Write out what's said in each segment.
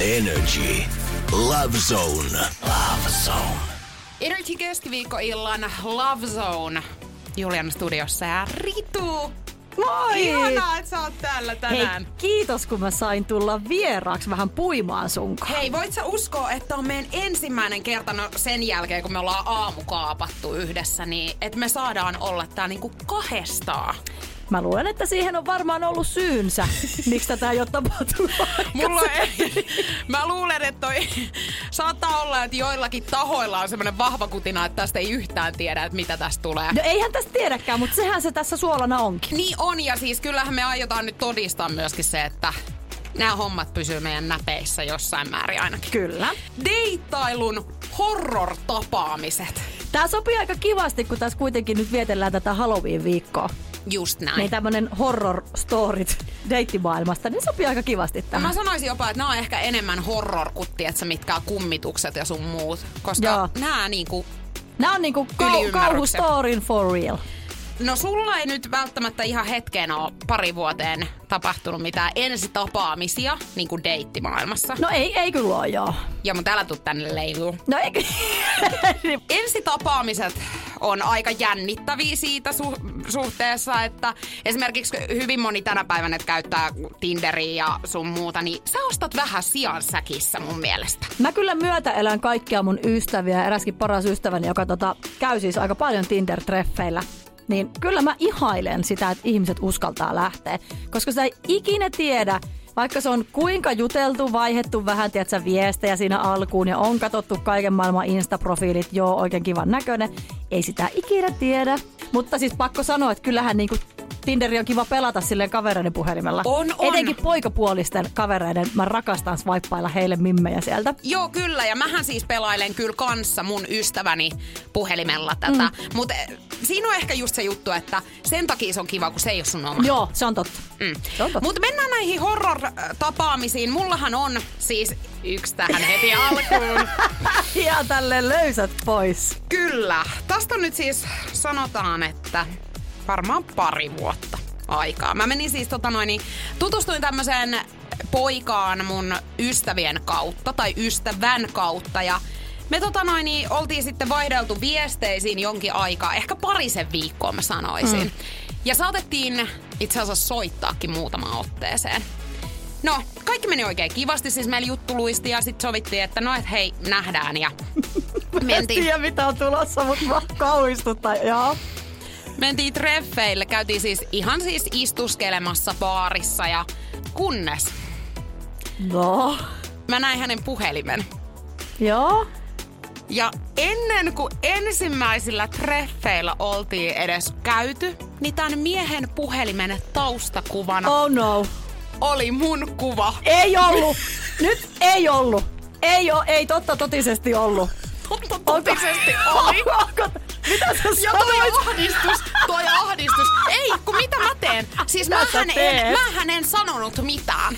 Energy. Love Zone. Love Zone. Energy keskiviikkoillan Love Zone. Julian studiossa ja Ritu. Moi! Ihanaa, että sä oot täällä tänään. Hei, kiitos kun mä sain tulla vieraaksi vähän puimaan sunkaan. Hei, voit sä uskoa, että on meidän ensimmäinen kerta sen jälkeen, kun me ollaan aamukaapattu yhdessä, niin että me saadaan olla tää niinku kahdestaan. Mä luulen, että siihen on varmaan ollut syynsä, miksi tätä ei ole tapahtunut Mä luulen, että saattaa olla, että joillakin tahoilla on semmoinen vahva kutina, että tästä ei yhtään tiedä, että mitä tästä tulee. No eihän tästä tiedäkään, mutta sehän se tässä suolana onkin. Niin on, ja siis kyllähän me aiotaan nyt todistaa myöskin se, että nämä hommat pysyy meidän näpeissä jossain määrin ainakin. Kyllä. Deittailun horror-tapaamiset. Tää sopii aika kivasti, kun tässä kuitenkin nyt vietellään tätä Halloween-viikkoa. Just näin. Niin tämmönen horror-storit deittimaailmasta, niin sopii aika kivasti tähän. Mä sanoisin jopa, että nämä on ehkä enemmän horror kuin tietsä, mitkään kummitukset ja sun muut. Koska nämä niinku Nää on niinku kauhustorin for real. No sulla ei nyt välttämättä ihan hetkeen ole pari vuoteen tapahtunut mitään ensitapaamisia niin kuin deittimaailmassa. No ei kyllä ole, joo. Ja mun täällä tuu tänne leiluu. No eikö? Ensitapaamiset on aika jännittäviä siitä suhteessa, että esimerkiksi hyvin moni tänä päivänä käyttää Tinderiä ja sun muuta, niin sä ostat vähän sian säkissä mun mielestä. Mä kyllä myötäelän kaikkia mun ystäviä, eräskin paras ystäväni, joka käy siis aika paljon Tinder-treffeillä. Niin kyllä mä ihailen sitä, että ihmiset uskaltaa lähteä, koska sä ei ikinä tiedä, vaikka se on kuinka juteltu, vaihettu vähän, tiedätkö, viestejä siinä alkuun ja on katsottu kaiken maailman Insta-profiilit, joo, oikein kivan näköinen, ei sitä ikinä tiedä. Mutta siis pakko sanoa, että kyllähän niinku Tinderi on kiva pelata silleen kavereiden puhelimella. On. Etenkin poikapuolisten kavereiden, mä rakastan swipeilla heille mimmejä sieltä. Joo, kyllä, ja mähän siis pelailen kyllä kanssa mun ystäväni puhelimella tätä. Mutta siinä on ehkä just se juttu, että sen takia se on kiva, kun se ei ole sun oma. Joo, se on totta. Mutta mennään näihin horror-tapaamisiin. Mullahan on siis yksi tähän heti alkuun. Ja tälleen löysät pois. Kyllä. Tästä on nyt siis, sanotaan, että varmaan pari vuotta aikaa. Mä menin siis tutustuin tämmöiseen poikaan mun ystävien kautta tai ystävän kautta ja me oltiin sitten vaihdeltu viesteisiin jonkin aikaa, ehkä parisen viikkoa mä sanoisin. Ja saatettiin itse asiassa soittaakin muutamaan otteeseen. No, kaikki meni oikein kivasti, siis meillä juttu luisti ja sitten sovittiin, että no et hei, nähdään ja mentiin. En tiedä mitä on tulossa, mutta mä kauhistuttaa, joo. Mentiin treffeille, käytiin siis ihan istuskelemassa baarissa ja kunnes. No. Mä näin hänen puhelimen. Joo. Ja ennen kuin ensimmäisillä treffeillä oltiin edes käyty, niin tämän miehen puhelimen taustakuvana oli mun kuva. Ei ollut. Nyt ei ollut. Ei totta totisesti ollut. Totta totisesti oli. Mitä sä sanoit? Ja toi ahdistus. Ei, kun mitä mä teen? Siis mähän en sanonut mitään.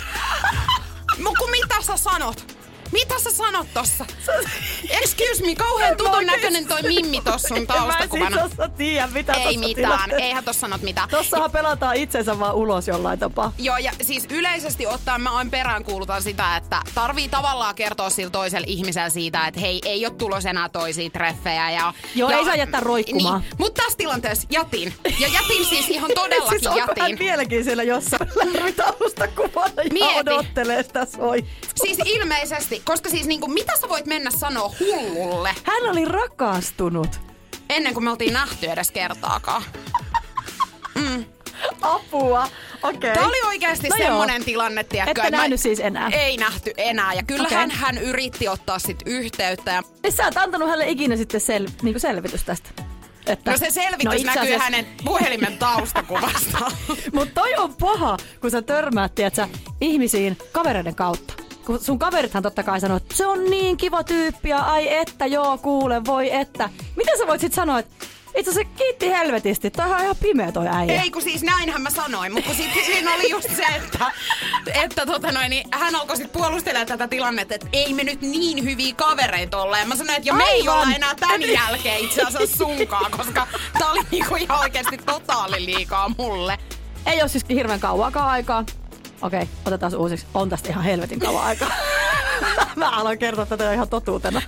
Kun mitä sä sanot? Mitä sä sanot tossa? Excuse me, kauhean tutun näköinen toi Mimmi tossa sun taustakuvana. Mä en siis tossa tiedä, mitä ei mitään, eihän tossa sanot mitään. Tossahan pelataan itsensä vaan ulos jollain tapaa. Joo, ja siis yleisesti ottaen mä aina peräänkuulutan sitä, että tarvii tavallaan kertoa sillä toisella ihmisellä siitä, että hei, ei oo tulos enää toisia treffejä. Joo, ei saa jättää roikkumaan. Niin, mutta tässä tilanteessa jätin. Ja jätin siis ihan todellakin siis onko hän vieläkin siellä jossain taustakuvana ja odottelee sitä soittaa? Siis ilmeisesti. Koska siis mitä sä voit mennä sanoa hullulle? Hän oli rakastunut. Ennen kuin me oltiin nähty edes kertaakaan. Apua. Okei. Tämä oli oikeasti semmoinen tilanne, tiedätkö? Ette nähnyt siis enää? Ei nähty enää. Ja kyllähän hän yritti ottaa sit yhteyttä. Ja sä et antanut hänelle ikinä sitten selvitys tästä? Että, no se selvitys näkyy hänen puhelimen taustakuvasta. Mutta toi on paha, kun sä törmäät, tiedätkö, ihmisiin kavereiden kautta. Kun sun kaverithan totta kai sanoo, että se on niin kiva tyyppi ja ai että, joo kuule, voi että. Miten sä voit sit sanoa, että itse asiassa kiitti helvetisti, toi on ihan pimeä toi äijä. Ei kun siis näinhän mä sanoin, mutta siinä oli just se, että niin hän alkoi sit puolustelemaan tätä tilannetta, että ei me nyt niin hyviä kavereita olla. Ja mä sanoin, että me ei olla enää tän jälkeen itse asiassa sunkaan, koska tää oli niinku ihan oikeesti totaali liikaa mulle. Ei oo siis hirveän kauaakaan aikaa. Okei, otetaan uusiksi. On tästä ihan helvetin kauan aikaa. Mä aloin kertoa tätä ihan totuutena.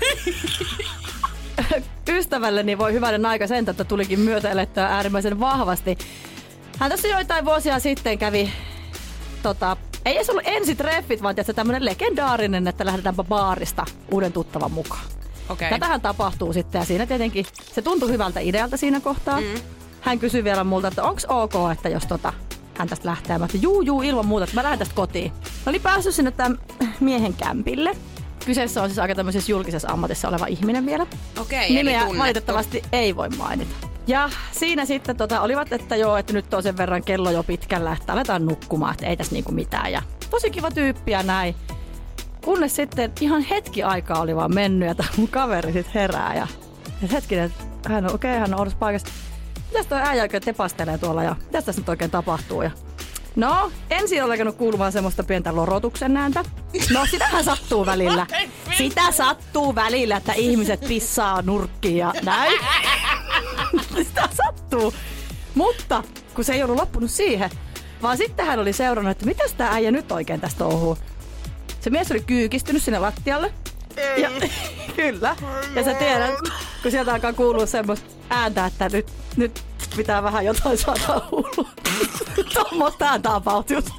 Ystävälleni voi hyvänen aika sen, että tulikin myötäelettyä äärimmäisen vahvasti. Hän tässä joitain vuosia sitten kävi, ei edes ollut ensitreffit, vaan tämmöinen legendaarinen, että lähdetäänpä baarista uuden tuttavan mukaan. Okay. Tätähän tapahtuu sitten ja siinä tietenkin se tuntui hyvältä idealta siinä kohtaa. Hän kysyi vielä multa, että onko ok, että jos hän tästä lähtee. Mä että juu, ilman muuta, että mä lähden tästä kotiin. Mä olin päässyt sinne tämän miehen kämpille. Kyseessä on siis aika tämmöisessä julkisessa ammatissa oleva ihminen vielä. Okei, nimeä eli valitettavasti ei voi mainita. Ja siinä sitten olivat, että joo, että nyt on sen verran kello jo pitkällä, että aletaan nukkumaan, että ei tässä niinku mitään. Ja tosi kiva tyyppiä näin. Kunnes sitten ihan hetki aikaa oli vaan mennyt ja mun kaveri sitten herää. Ja hetkinen, että hän on oudossa paikassa. Mitäs toi äijä oikein tepastelee tuolla ja mitäs tässä nyt oikein tapahtuu? Ja no, ensin on alkanut kuulumaan semmoista pientä lorotuksen ääntä. No, sitähän sattuu välillä. Sitä sattuu välillä, että ihmiset pissaa nurkkiin ja näin. Sitä sattuu. Mutta kun se ei ollut loppunut siihen, vaan sitten hän oli seurannut, että mitäs tää äijä nyt oikein tästä touhuu. Se mies oli kyykistynyt sinne lattialle. Ja, kyllä. Ja sä tiedät, kun sieltä alkaa kuulua semmoista ääntä, että nyt pitää vähän jotain saada ulos. Tuommoista ääntä about just.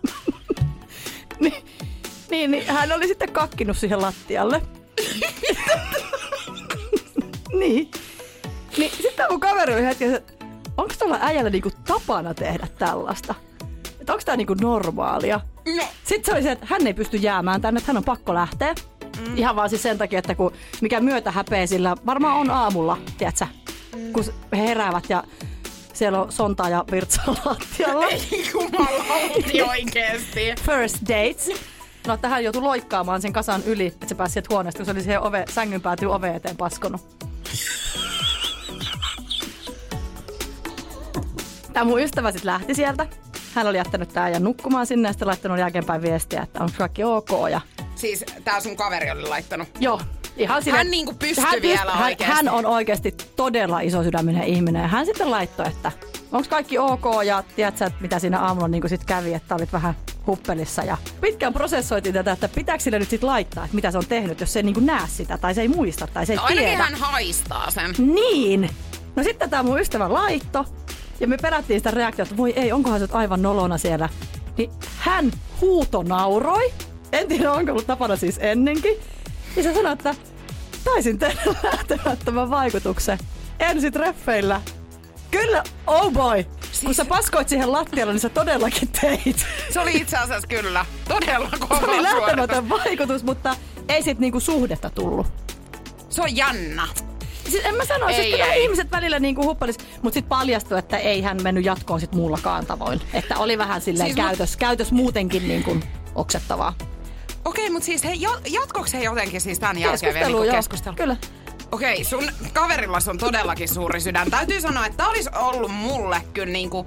niin, hän oli sitten kakkinut siihen lattialle. Niin sitten mun kaveri oli hetkessä, että onko tuolla äijällä niinku tapana tehdä tällaista? Että onko tää niinku normaalia? Sitten se oli se, että hän ei pysty jäämään tänne, että hän on pakko lähteä. Ihan vaan siis sen takia, että mikä myötä häpeä sillä varmaan on aamulla, tiedätkö? Kun he heräävät ja siellä on sontaa ja virtsaa lattialla. Ei jumalauti oikeesti. First dates. No, että hän joutui loikkaamaan sen kasan yli, että se pääsi sieltä huoneesta, kun se oli siihen sängyn päätyy oveen eteen paskonut. Tämä mun ystävä sitten lähti sieltä. Hän oli jättänyt tää ja nukkumaan sinne ja sitten laittanut jälkeenpäin viestiä, että onko kaikki ok. Ja siis tää sun kaveri oli laittanut? Joo. Ihan sille, hän niinku pystyy vielä oikeesti. Hän on oikeasti todella iso sydäminen ihminen. Ja hän sitten laittoi, että onko kaikki ok ja tiedätkö, että mitä siinä aamulla niin sitten kävi, että olit vähän huppelissa. Ja pitkään prosessoitiin tätä, että pitääkö sille nyt sitten laittaa, että mitä se on tehnyt, jos se ei niin näe sitä tai se ei muista tai se ei tiedä. Ainakin hän haistaa sen. Niin. No sitten tämä mun ystävä laitto ja me perättiin sitä reaktiota, että voi ei, onkohan se aivan nolona siellä. Niin hän huutonauroi. En tiedä, onko ollut tapana siis ennenkin. Ja se sanoi, että taisin tehdä lähtemättömän vaikutuksen ensitreffeillä. Kyllä, oh boy. Siis kun sä paskoit siihen lattialle, niin sä todellakin teit. Se oli itse asiassa kyllä todella kova suoritus. Se oli lähtemätön vaikutus, mutta ei sit niinku suhdetta tullut. Se on jännä. Siis en mä sanoisi, että kyllä ihmiset välillä niinku huppalis, mutta sit paljastui, että ei hän mennyt jatkoon sit muullakaan tavoin. Että oli vähän silleen siis käytös muutenkin niinku oksettavaa. Okei, mutta siis jatkoiko he jotenkin siis tämän jälkeen vielä niin keskustelu? Kyllä. Okei, sun kaverilla on todellakin suuri sydän. Täytyy sanoa, että tää olisi ollut mulle kyllä niinku...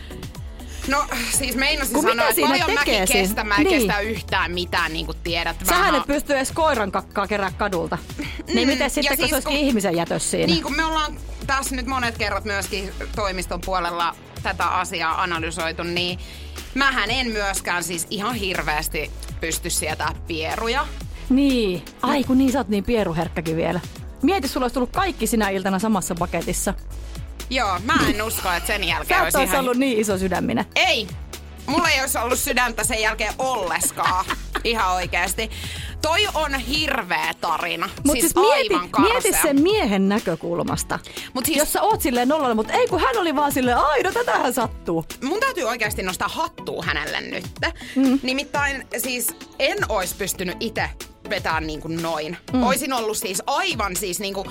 No siis meinasin sanoa, että paljon mäkin kestän. Mä en kestä yhtään mitään, niin kuin tiedät. Sähän et pysty edes koiran kakkaa kerää kadulta. Niin miten sitten, kun se olisikin ihmisen jätös siinä? Niin kuin me ollaan tässä nyt monet kerrat myöskin toimiston puolella tätä asiaa analysoitu, niin mähän en myöskään siis ihan hirveästi pysty sietää pieruja. Niin. Ai kun niin, sä oot niin pieruherkkäkin vielä. Mieti, sulla olisi tullut kaikki sinä iltana samassa paketissa. Joo, mä en usko, että sen jälkeen olisi ihan... ollut niin iso sydäminen. Ei, mulla ei olisi ollut sydäntä sen jälkeen olleskaan. Ihan oikeesti. Toi on hirveä tarina. Mut siis aivan karsea. Mieti sen miehen näkökulmasta. Mut siis, jos sä oot silleen nollalla, mutta ei kun hän oli vaan silleen, no tätähän sattuu. Mun täytyy oikeasti nostaa hattua hänelle nyt. Nimittäin siis en ois pystynyt itse vetämään niin kuin noin. Oisin ollut siis aivan siis niinku...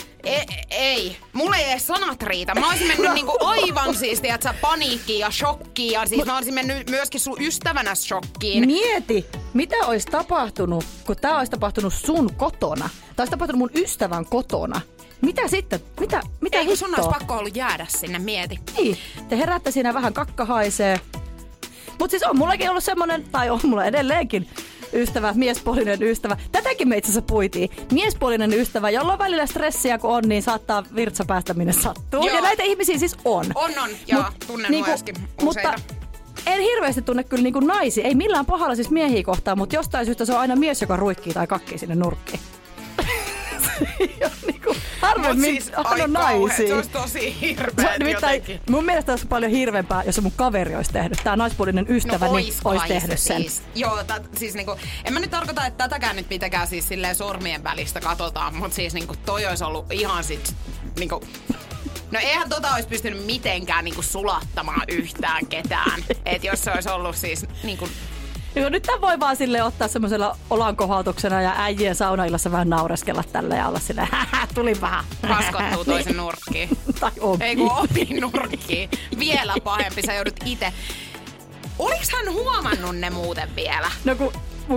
Ei. Mulla ei edes sanat riitä. Mä olisin mennyt niinku aivan siis, tiiätsä, paniikkiin ja shokkiin. Ja siis mä olisin mennyt myöskin sun ystävänä shokkiin. Mieti, mitä olisi tapahtunut, kun tää olisi tapahtunut sun kotona. Tää olisi tapahtunut mun ystävän kotona. Mitä sitten? Mitä ei, kun sun olisi pakko ollut jäädä sinne, mieti. Niin, te heräätte siinä vähän kakka haisee. Mut siis on mullakin ollut semmonen, tai on mulla edelleenkin ystävä, miespuolinen ystävä. Tätäkin me itse asiassa puitiin. Miespuolinen ystävä, jolla on välillä stressiä kun on, niin saattaa virtsa päästä minne sattuu. Joo. Ja näitä ihmisiä siis on. On. Ja tunnen myöskin useita. Mutta en hirveästi tunne kyllä niinku naisia. Ei millään pahalla siis miehiä kohtaan, mutta jostain syystä se on aina mies, joka ruikkii tai kakkii sinne nurkkiin. Niinku, harvemmin siis, on naisia. Se olisi tosi hirveä jotenkin. Mun mielestä olisi paljon hirveämpää, jos mun kaveri olisi tehnyt. Tää naispuolinen ystäväni olisi tehnyt sen. Siis. Joo, siis niinku, en mä nyt tarkoita, että tätäkään nyt mitenkään siis silleen sormien välistä katsotaan, mutta siis niinku toi olisi ollut ihan sit niinku... No eihän olisi pystynyt mitenkään niinku sulattamaan yhtään ketään. Et jos se olisi ollut siis niinku... Joo, nyt tämän voi vaan silleen ottaa semmoisella olankohautuksena ja äijien saunaillassa vähän naureskella tälle ja olla silleen, tuli vähän. Paskottuu toisen nurkkiin. Tai opi. Ei kun opi nurkkiin. Vielä pahempi, sä joudut itse. Oliks hän huomannut ne muuten vielä? No kun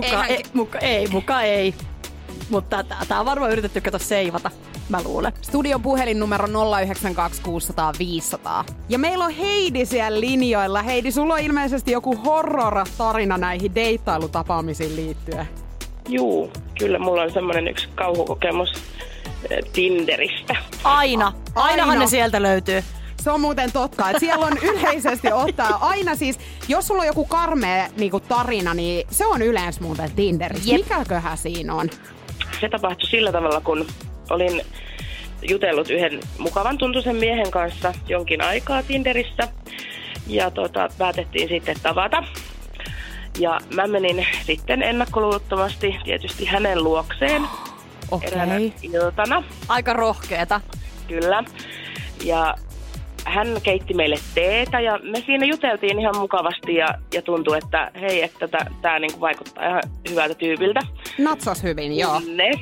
muka ei. Mutta tää on varmaan yritetty seivata, mä luulen. Studion puhelinnumero 092 600 500. Ja meillä on Heidi siellä linjoilla. Heidi, sulla on ilmeisesti joku horror-tarina näihin deittailutapaamisiin liittyen. Juu, kyllä mulla on semmoinen yksi kauhukokemus Tinderistä. Ainahan ne sieltä löytyy. Se on muuten totta, että siellä on yleisesti ottaa aina siis, jos sulla on joku karmea niinku tarina, niin se on yleensä muuten Tinderissä. Mikäköhän siinä on? Se tapahtui sillä tavalla, kun olin jutellut yhden mukavan tuntuisen miehen kanssa jonkin aikaa Tinderissä. Ja päätettiin sitten tavata. Ja mä menin sitten ennakkoluulottomasti tietysti hänen luokseen eräänä iltana. Aika rohkeeta. Kyllä. Ja hän keitti meille teetä ja me siinä juteltiin ihan mukavasti ja tuntui, että hei, että tää niinku vaikuttaa ihan hyvältä tyypiltä. Natsos hyvin, joo.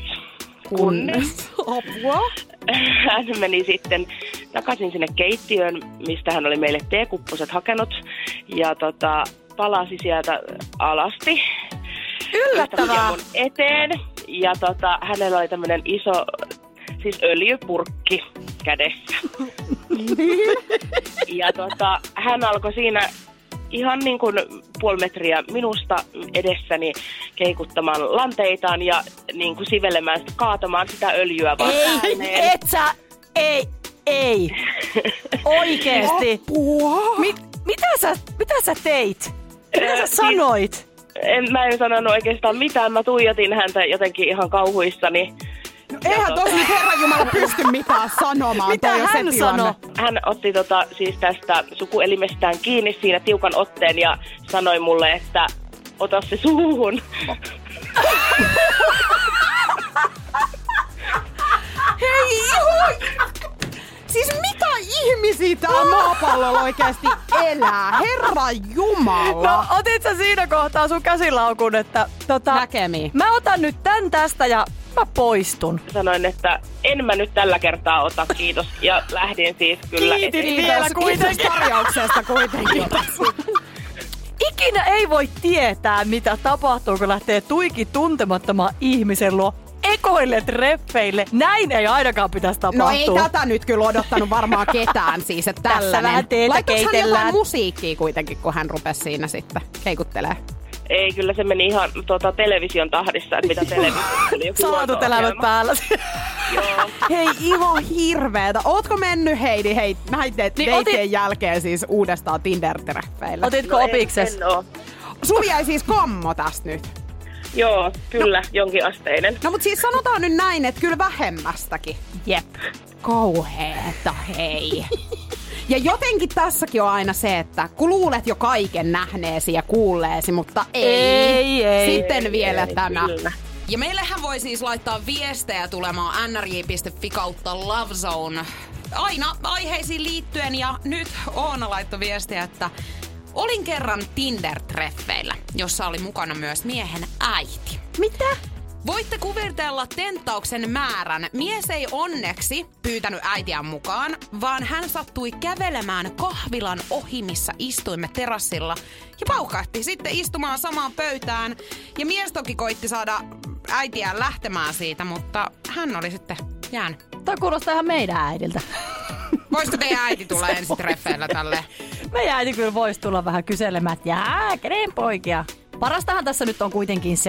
Kunnes. Apua. Hän meni sitten takaisin sinne keittiöön, mistä hän oli meille teekupposet hakenut ja palasi sieltä alasti. Yllättävää. Mun eteen ja hänellä oli tämmönen iso siis öljypurkki kädessä. Ja hän alkoi siinä ihan niin kuin puoli metriä minusta edessäni keikuttamaan lanteitaan ja niin kuin sivelemään sitä, kaatamaan sitä öljyä vaan. Ei. Oikeesti. Apua. Mitä sä teit? Mitä sä sanoit? Mä en sanonut oikeastaan mitään. Mä tuijotin häntä jotenkin ihan kauhuissani. No eihän tosi nyt Herranjumala pysty mitään sanomaan. Mitä hän sanoi? Hän otti siis tästä sukuelimestään kiinni siinä tiukan otteen ja sanoi mulle, että ota se suuhun. Hei, siis mitä ihmisiä täällä maapallolla oikeasti elää? Herranjumala. No otit sä siinä kohtaa sun käsilaukun, että näkemiin. Mä otan nyt tän tästä ja mä poistun. Sanoin, että en mä nyt tällä kertaa ota, kiitos. Ja lähdin siis kyllä Kiitos vielä kuitenkin. Tarjouksesta kuitenkin. Ikinä ei voi tietää, mitä tapahtuu, kun lähtee tuiki tuntemattomaan ihmisen luo ekoille treffeille. Näin ei ainakaan pitäisi tapahtua. No ei tätä nyt kyllä odottanut varmaan ketään siis, että tällainen. vähän teetä laitoiko hän keitellään. jotain musiikkia kuitenkin, kun hän rupesi siinä sitten keikuttelee? Ei, kyllä se meni ihan television tahdissa, että mitä televisiossa oli. Joku Salatut elämät päällä. Joo. Hei, ihan hirveetä. Ootko mennyt Heidi näiden deittien jälkeen siis uudestaan Tinder-treffeille? Otitko opikses? En oo. Sulla jäi siis kommo tästä nyt. Joo, kyllä, jonkin asteinen. No mut siis sanotaan nyt näin, että kyllä vähemmästäkin. Jep. Kauheeta, hei. Ja jotenkin tässäkin on aina se, että kun luulet jo kaiken nähneesi ja kuulleesi, mutta ei. Sitten vielä tämä. Kyllä. Ja meillähän voi siis laittaa viestejä tulemaan nrj.fi kautta Lovezone aina aiheisiin liittyen. Ja nyt Oona laittoi viestiä, että olin kerran Tinder-treffeillä, jossa oli mukana myös miehen äiti. Mitä? Voitte kuvitella tenttauksen määrän. Mies ei onneksi pyytänyt äitiään mukaan, vaan hän sattui kävelemään kahvilan ohi, missä istuimme terassilla. Ja paukahti sitten istumaan samaan pöytään. Ja mies toki koitti saada äitiään lähtemään siitä, mutta hän oli sitten jäänyt. Toi kuulostaa ihan meidän äidiltä. Voisiko teidän äiti tulla ensi treffeillä tälle? Meidän äiti kyllä voisi tulla vähän kyselemään, että kenen poikia. Parastahan tässä nyt on kuitenkin se,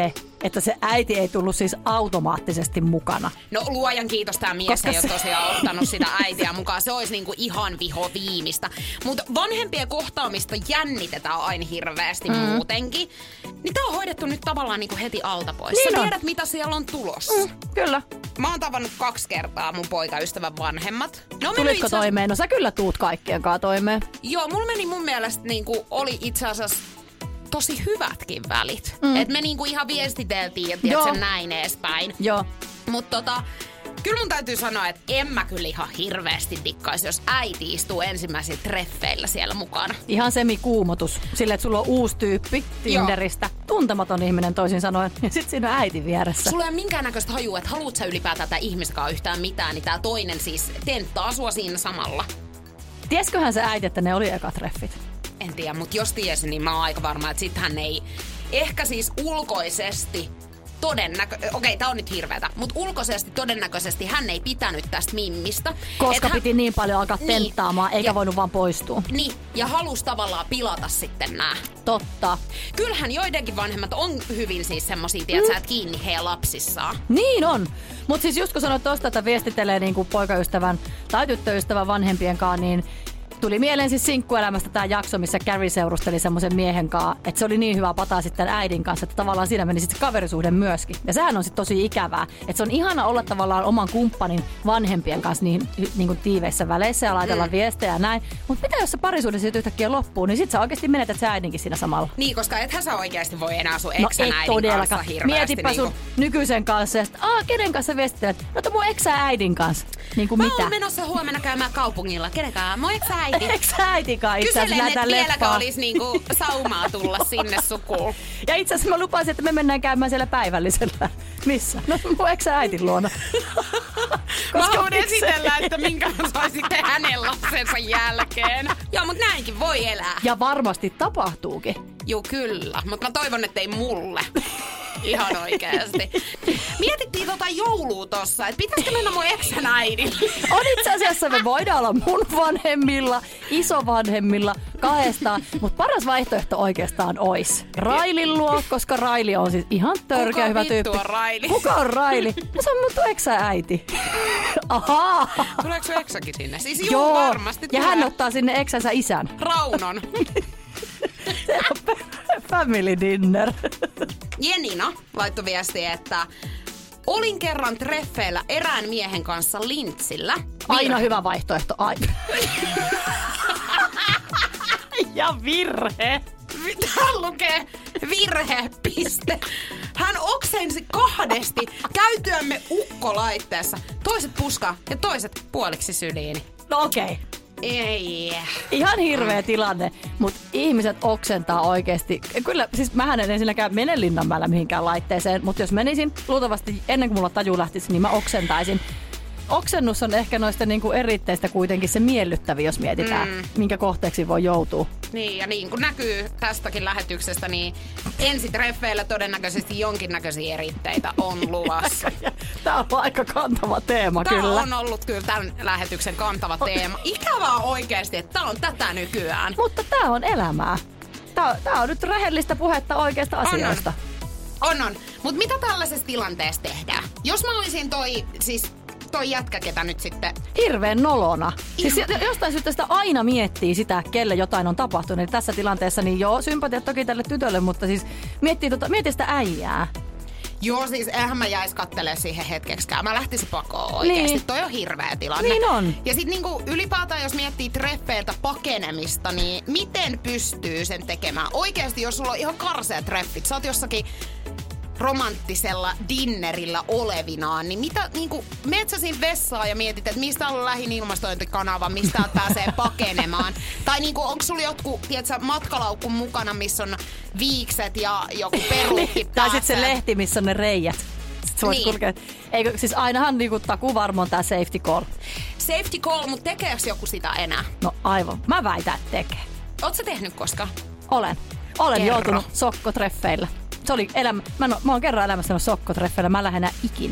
että se äiti ei tullut siis automaattisesti mukana. No luojan kiitos, tämä mies ei ole tosiaan ottanut sitä äitiä mukaan. Se olisi niinku ihan viho viimeistä. Mutta vanhempien kohtaamista jännitetään aina hirveästi muutenkin. Niin tää on hoidettu nyt tavallaan niinku heti alta pois. Niin Sä tiedät, mitä siellä on tulossa. Kyllä. Mä oon tavannut 2 kertaa mun poikaystävän vanhemmat. Tulitko toimeen? No sä kyllä tuut kaikkien kanssa toimeen. Joo, mulla meni mun mielestä niinku, oli itse asiassa tosi hyvätkin välit. Et me niinku ihan viestiteltiin ja tiedätkö, näin edespäin. Joo. Mutta kyllä mun täytyy sanoa, että en mä kyllä ihan hirveästi dikkaisi, jos äiti istuu ensimmäisillä treffeillä siellä mukana. Ihan semikuumotus. Sille, että sulla on uusi tyyppi Tinderistä. Tuntematon ihminen toisin sanoen. Ja sit siinä on äiti vieressä. Sulla ei ole minkäännäköistä hajua, että haluut sä ylipäätään tää ihmiskaan yhtään mitään, niin tää toinen siis tenttaa sua siinä samalla. Tiesköhän se äiti, että ne oli ekat treffit? En tiedä, mutta jos tiesin, niin mä oon aika varma, että sit hän ei ehkä siis ulkoisesti okei, tää on nyt hirveetä, mutta ulkoisesti todennäköisesti hän ei pitänyt tästä mimmistä. Koska piti niin paljon alkaa tenttaamaan, eikä voinut vaan poistua. Niin, ja halusi tavallaan pilata sitten nää. Totta. Kyllähän joidenkin vanhemmat on hyvin siis semmosia, tiedätkö, että kiinni heidän lapsissaan. Niin on. Mutta siis just kun sanoit tosta, että viestittelee niinku poikaystävän tai tyttöystävän vanhempien kanssa, niin tuli mieleen siis sinkkuelämästä tämä jakso, missä Carrie seurusteli semmoisen miehen kanssa, että se oli niin hyvä pataa sitten äidin kanssa, että tavallaan siinä meni sitten kaverisuhde myöskin. Ja sehän on sitten tosi ikävää, että se on ihana olla tavallaan oman kumppanin vanhempien kanssa niin kuin tiiveissä väleissä ja laitella viestejä ja näin. Mutta mitä jos se parisuhde sitten yhtäkkiä loppuu, niin sit sä oikeasti menetät sä äidinkin siinä samalla. Niin, koska ethän sä oikeasti voi enää sun eksän äidin kanssa hirveästi. Mietipä sun nykyisen kanssa ja sit, kenen kanssa viestittelet? No mun äidin kanssa. Niin kuin mitä? Mä oon menossa huomenna käymään kaupungilla. Kenenkään? Mun äiti. Äitikaan itse asiassa kyselen, että vieläkö olisi niinku saumaa tulla sinne sukuun. Ja itse asiassa mä lupasin, että me mennään käymään siellä päivällisellä. Missä? No mun äidin luona. Mä haluan esitellä, että minkä mä saisitte hänen lapsensa jälkeen. Joo, mutta näinkin voi elää. Ja varmasti tapahtuukin. Joo, kyllä. Mutta mä toivon, että ei mulle. Ihan oikeasti. Mietittiin joulua tossa, että pitäisikö mennä mun eksän äidille? On itse asiassa, me voidaan olla mun vanhemmilla, isovanhemmilla, kahdestaan, mutta paras vaihtoehto oikeastaan ois Railin luo, koska Raili on siis ihan törkeä hyvä tyyppi. Kuka on Raili? Kuka on Raili? No se on mun eksän äiti. Ahaa. Tuleeko sun eksäkin sinne? Siis joo, varmasti ja tulee. hän ottaa sinne eksänsä isän. Raunon. Se on family dinner. Jenina laittoi viestiä, että olin kerran treffeillä erään miehen kanssa Lintsillä. Aina hyvä vaihtoehto, aina. Ja virhe. Täällä lukee virhe, piste. Hän oksensi kahdesti käytyämme ukkolaitteessa. Toiset puskaa ja toiset puoliksi syliini. No okei. Ei. Ihan hirveä tilanne, mutta ihmiset oksentaa oikeasti. Kyllä, siis mähän en ensinnäkään mene Linnanmäellä mihinkään laitteeseen, mutta jos menisin, luultavasti ennen kuin mulla taju lähtisi, niin mä oksentaisin. Oksennus on ehkä noista niinku eritteistä kuitenkin se miellyttävi, jos mietitään, minkä kohteeksi voi joutua. Niin, ja niin kuin näkyy tästäkin lähetyksestä, niin ensitreffeillä todennäköisesti jonkinnäköisiä eritteitä on luvassa. Tämä on aika kantava teema, kyllä. Tämä on ollut kyllä tämän lähetyksen kantava teema. Ikävää oikeasti, että tämä on tätä nykyään. Mutta tämä on elämää. Tämä on nyt rehellistä puhetta oikeasta asioista. On. Mutta mitä tällaisessa tilanteessa tehdään? Jos mä olisin toi jätkä, ketä nyt sitten... Hirveän nolona. Siis jostain syystä sitä aina miettii sitä, kelle jotain on tapahtunut. Eli tässä tilanteessa niin joo, sympatiat toki tälle tytölle, mutta siis miettii sitä äijää. Joo, siis eihän mä jäis kattelemaan siihen hetkeksikään. Mä lähtisin pakoon oikeesti. Niin. Toi on hirveä tilanne. Niin on. Ja sit niinku ylipäätään, jos miettii treffeiltä pakenemista, niin miten pystyy sen tekemään? Oikeesti, jos sulla on ihan karseat treffit, sä oot jossakin romanttisella dinnerillä olevinaan, niin mitä, niinku, meet sä siinä vessaan ja mietit, että mistä on lähin ilmastointikanava, mistä pääsee pakenemaan? Tai niinku, onko sulla jotkut, tiedätkö, matkalaukku mukana, missä on viikset ja joku peruukki Tai sit se lehti, missä on ne reijät. Niin. Eikö, siis ainahan niinku takuvarma on tää safety call. Safety call, mutta tekeekö joku sitä enää? No aivan. Mä väitän, että tekee. Oot sä tehnyt koskaan? Olen Kerro. joutunut sokkotreffeillä. Se oli mä oon kerran elämässä ollut sokkotreffeillä. Mä lähden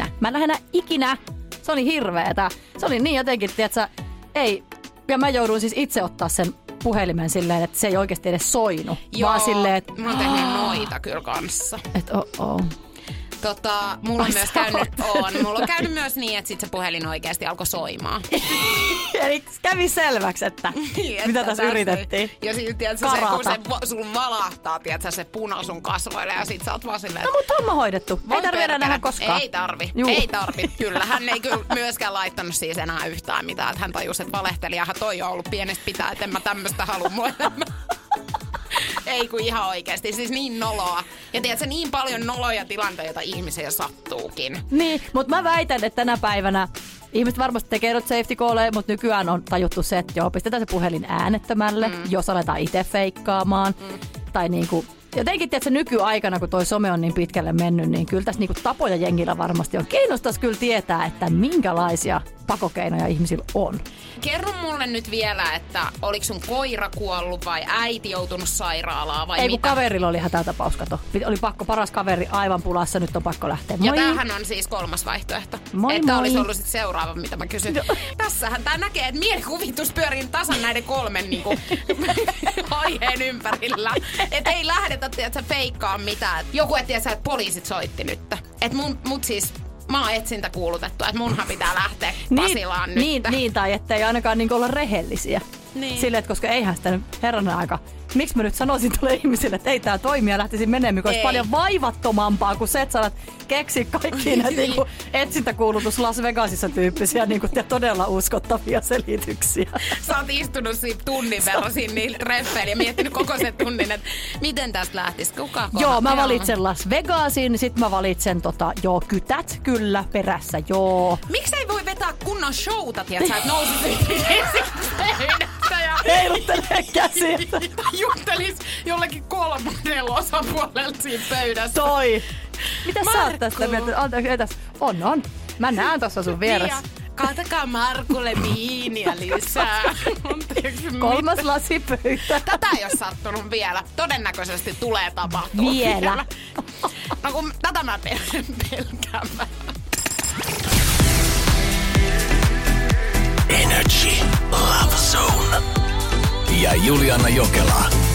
ikinä. Se oli hirveetä. Se oli niin jotenkin, tiiätsä, ei. Ja mä jouduin siis itse ottaa sen puhelimen silleen, että se ei oikeasti edes soinut. Joo, vaan silleen, että mä oon tehnyt noita kyllä kanssa. Että Mulla on käynyt myös niin, että sit se puhelin oikeasti alkoi soimaan. Eli kävi selväksi, että mitä tässä yritettiin. Ja sitten tiedätkö, se, kun se sun valahtaa, tiedätkö, se puna sun kasvoille ja sit sä oot vaan silleen... No mutta homma hoidettu. Ei tarvi enää nähdä koskaan. Ei tarvi, kyllä. Hän ei kyllä myöskään laittanut siis enää yhtään mitään. Että hän tajusi, että valehtelijahan toi on ollut pienestä pitää, että en mä tämmöstä halua mun elämään. Ei kun ihan oikeasti, siis niin noloa. Ja tiedätkö, niin paljon noloja tilanteita ihmisiä sattuukin. Niin, mutta mä väitän, että tänä päivänä ihmiset varmasti tekee safety calleja, mutta nykyään on tajuttu se, että joo, pistetään se puhelin äänettömälle, jos aletaan itse feikkaamaan. Tai niinku, jotenkin tiedätkö, nykyaikana, kun toi some on niin pitkälle mennyt, niin kyllä tässä niinku tapoja jengillä varmasti on. Kiinnostaisi kyllä tietää, että minkälaisia pakokeinoja ihmisillä on. Kerro mulle nyt vielä, että oliko sun koira kuollut vai äiti joutunut sairaalaan vai ei, mitä? Kun kaverilla oli hätätapaus, kato. Oli pakko, paras kaveri aivan pulassa, nyt on pakko lähteä. Moi. Ja tämähän on siis 3. vaihtoehto. Moi, että moi. olisi ollut sit seuraava, mitä mä kysyn. Tässähän tää näkee, että mielikuvitus pyörii tasan näiden 3 niinku, aiheen ympärillä. Että ei lähdetä, tiedätkö, feikkaa mitään. Joku, että tiedätkö, että poliisit soitti nyt. Että mut siis... Mä oon etsintä kuulutettu, että munhan pitää lähteä Pasilaan nyt. Niin, tai ettei ainakaan niinku olla rehellisiä. Niin. Silleen, että koska eihän sitä nyt herranen aika. Miksi mä nyt sanoisin tuolle ihmisille, että ei tää toimi ja lähtisin menemään, koska olisi paljon vaivattomampaa kuin se, että sä alat keksiä kaikkia näitä niinku etsintäkuulutus Las Vegasissa tyyppisiä niinku todella uskottavia selityksiä. Sä oot istunut siinä tunnin verran siinä niillä treffeillä ja miettinyt koko sen tunnin, että miten tästä lähtisi, kuka Joo, mä valitsen Las Vegasin, sit mä valitsen kytät kyllä perässä, joo. Miksi ei voi vetää kunnon showta, tiiätsä, että nousisit pöydästä ja heiluttelee käsiä. Juttelis jollekin 3. osapuolelta siinä pöydässä. Toi. Mitä sä oot tästä mieltä? Anteeksi, on. Mä näen tossa sun vieressä. Kaatakaa Markulle viiniä lisää. 3. lasi pöytä. Tätä ei ole sattunut vielä. Todennäköisesti tulee tapahtua vielä. No kun tätä mä pelkään. Energy Love Zone. Ja Juliana Jokela.